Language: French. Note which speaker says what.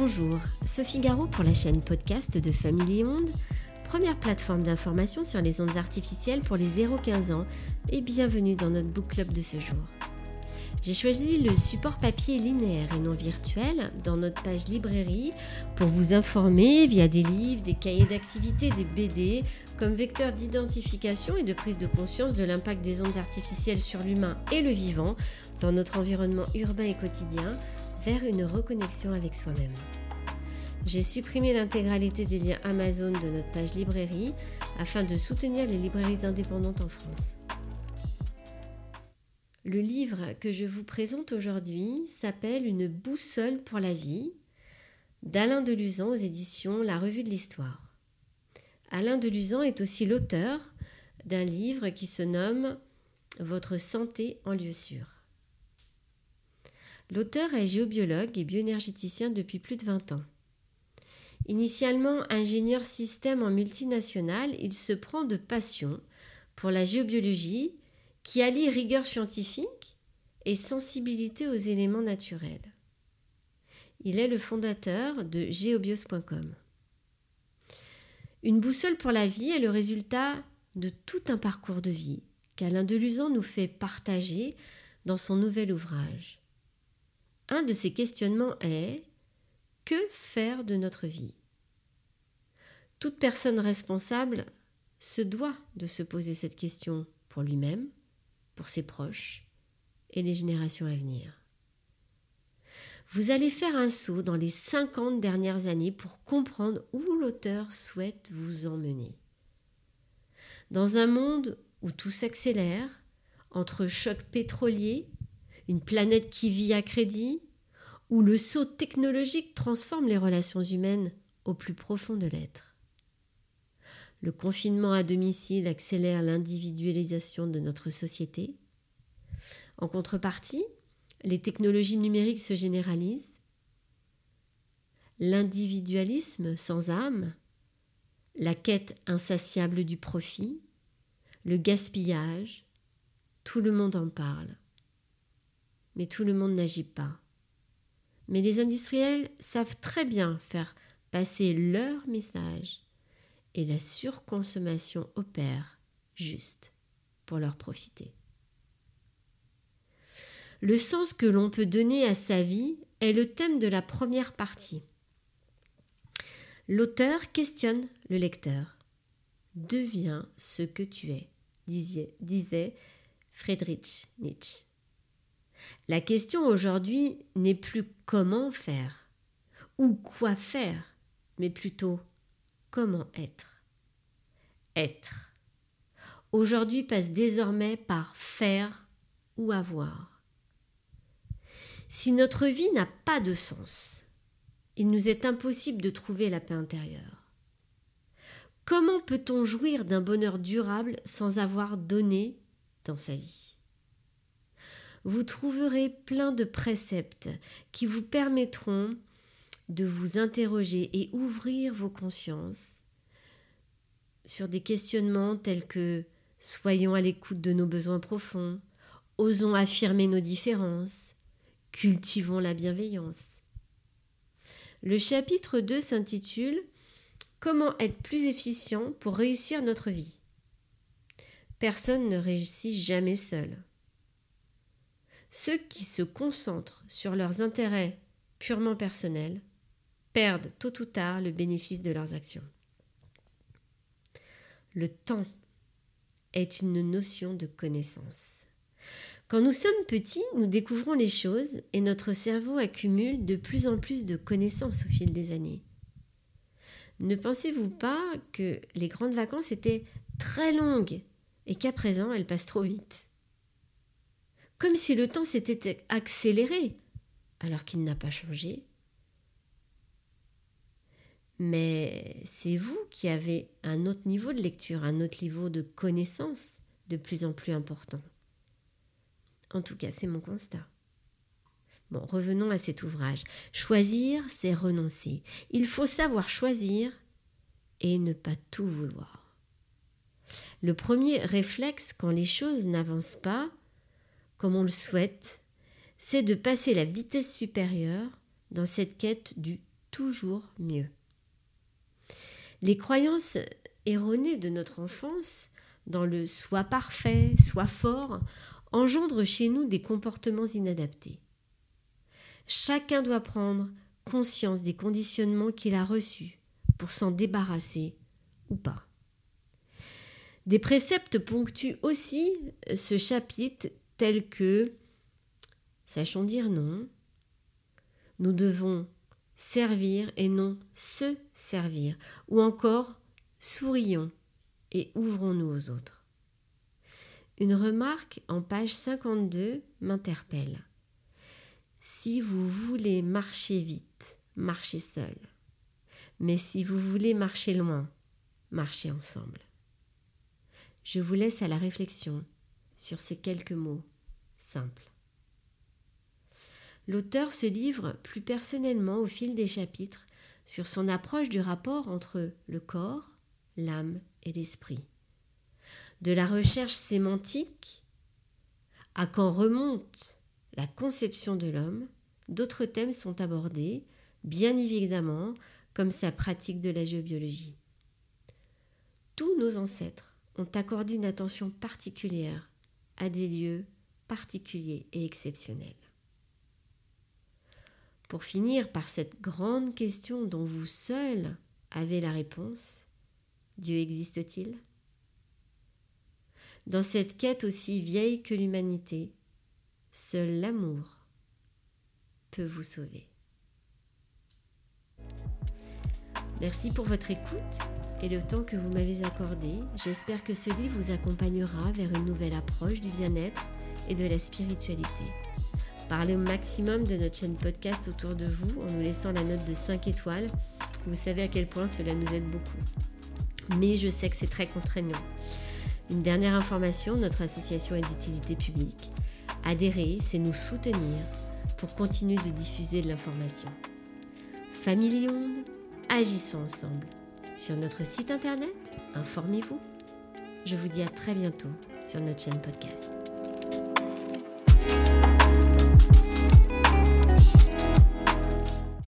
Speaker 1: Bonjour, Sophie Garot pour la chaîne podcast de Family Ondes, première plateforme d'information sur les ondes artificielles pour les 0-15 ans et bienvenue dans notre book club de ce jour. J'ai choisi le support papier linéaire et non virtuel dans notre page librairie pour vous informer via des livres, des cahiers d'activités, des BD, comme vecteur d'identification et de prise de conscience de l'impact des ondes artificielles sur l'humain et le vivant dans notre environnement urbain et quotidien, vers une reconnexion avec soi-même. J'ai supprimé l'intégralité des liens Amazon de notre page librairie afin de soutenir les librairies indépendantes en France. Le livre que je vous présente aujourd'hui s'appelle « Une boussole pour la vie » d'Alain Deluzan aux éditions La Revue de l'Histoire. Alain Deluzan est aussi l'auteur d'un livre qui se nomme « Votre santé en lieu sûr ». L'auteur est géobiologue et bioénergéticien depuis plus de 20 ans. Initialement ingénieur système en multinationale, il se prend de passion pour la géobiologie qui allie rigueur scientifique et sensibilité aux éléments naturels. Il est le fondateur de geobios.com. Une boussole pour la vie est le résultat de tout un parcours de vie qu'Alain Deluzan nous fait partager dans son nouvel ouvrage. Un de ces questionnements est « Que faire de notre vie ?» Toute personne responsable se doit de se poser cette question pour lui-même, pour ses proches et les générations à venir. Vous allez faire un saut dans les 50 dernières années pour comprendre où l'auteur souhaite vous emmener. Dans un monde où tout s'accélère, entre chocs pétroliers, une planète qui vit à crédit, où le saut technologique transforme les relations humaines au plus profond de l'être. Le confinement à domicile accélère l'individualisation de notre société. En contrepartie, les technologies numériques se généralisent. L'individualisme sans âme, la quête insatiable du profit, le gaspillage, tout le monde en parle. Mais tout le monde n'agit pas. Mais les industriels savent très bien faire passer leur message et la surconsommation opère juste pour leur profiter. Le sens que l'on peut donner à sa vie est le thème de la première partie. L'auteur questionne le lecteur. « Deviens ce que tu es », disait Friedrich Nietzsche. La question aujourd'hui n'est plus comment faire ou quoi faire, mais plutôt comment être. Être. Aujourd'hui passe désormais par faire ou avoir. Si notre vie n'a pas de sens, il nous est impossible de trouver la paix intérieure. Comment peut-on jouir d'un bonheur durable sans avoir donné dans sa vie ? Vous trouverez plein de préceptes qui vous permettront de vous interroger et ouvrir vos consciences sur des questionnements tels que « Soyons à l'écoute de nos besoins profonds »,« Osons affirmer nos différences »,« Cultivons la bienveillance ». Le chapitre 2 s'intitule « Comment être plus efficient pour réussir notre vie ?» Personne ne réussit jamais seul. Ceux qui se concentrent sur leurs intérêts purement personnels perdent tôt ou tard le bénéfice de leurs actions. Le temps est une notion de connaissance. Quand nous sommes petits, nous découvrons les choses et notre cerveau accumule de plus en plus de connaissances au fil des années. Ne pensez-vous pas que les grandes vacances étaient très longues et qu'à présent elles passent trop vite ? Comme si le temps s'était accéléré, alors qu'il n'a pas changé. Mais c'est vous qui avez un autre niveau de lecture, un autre niveau de connaissance de plus en plus important. En tout cas, c'est mon constat. Bon, revenons à cet ouvrage. Choisir, c'est renoncer. Il faut savoir choisir et ne pas tout vouloir. Le premier réflexe quand les choses n'avancent pas comme on le souhaite, c'est de passer la vitesse supérieure dans cette quête du toujours mieux. Les croyances erronées de notre enfance, dans le « sois parfait, sois fort », engendrent chez nous des comportements inadaptés. Chacun doit prendre conscience des conditionnements qu'il a reçus pour s'en débarrasser ou pas. Des préceptes ponctuent aussi ce chapitre tels que « sachons dire non », nous devons servir et non se servir, ou encore « sourions et ouvrons-nous aux autres ». Une remarque en page 52 m'interpelle. Si vous voulez marcher vite, marchez seul. Mais si vous voulez marcher loin, marchez ensemble. Je vous laisse à la réflexion sur ces quelques mots simples. L'auteur se livre plus personnellement au fil des chapitres sur son approche du rapport entre le corps, l'âme et l'esprit. De la recherche sémantique à quand remonte la conception de l'homme, d'autres thèmes sont abordés, bien évidemment, comme sa pratique de la géobiologie. Tous nos ancêtres ont accordé une attention particulière à des lieux particuliers et exceptionnels. Pour finir par cette grande question dont vous seul avez la réponse, Dieu existe-t-il ? Dans cette quête aussi vieille que l'humanité, seul l'amour peut vous sauver. Merci pour votre écoute et le temps que vous m'avez accordé. J'espère que ce livre vous accompagnera vers une nouvelle approche du bien-être et de la spiritualité. Parlez au maximum de notre chaîne podcast autour de vous en nous laissant la note de 5 étoiles. Vous savez à quel point cela nous aide beaucoup. Mais je sais que c'est très contraignant. Une dernière information, notre association est d'utilité publique. Adhérer, c'est nous soutenir pour continuer de diffuser de l'information. Famille Onde, agissons ensemble. Sur notre site internet, informez-vous. Je vous dis à très bientôt sur notre chaîne podcast.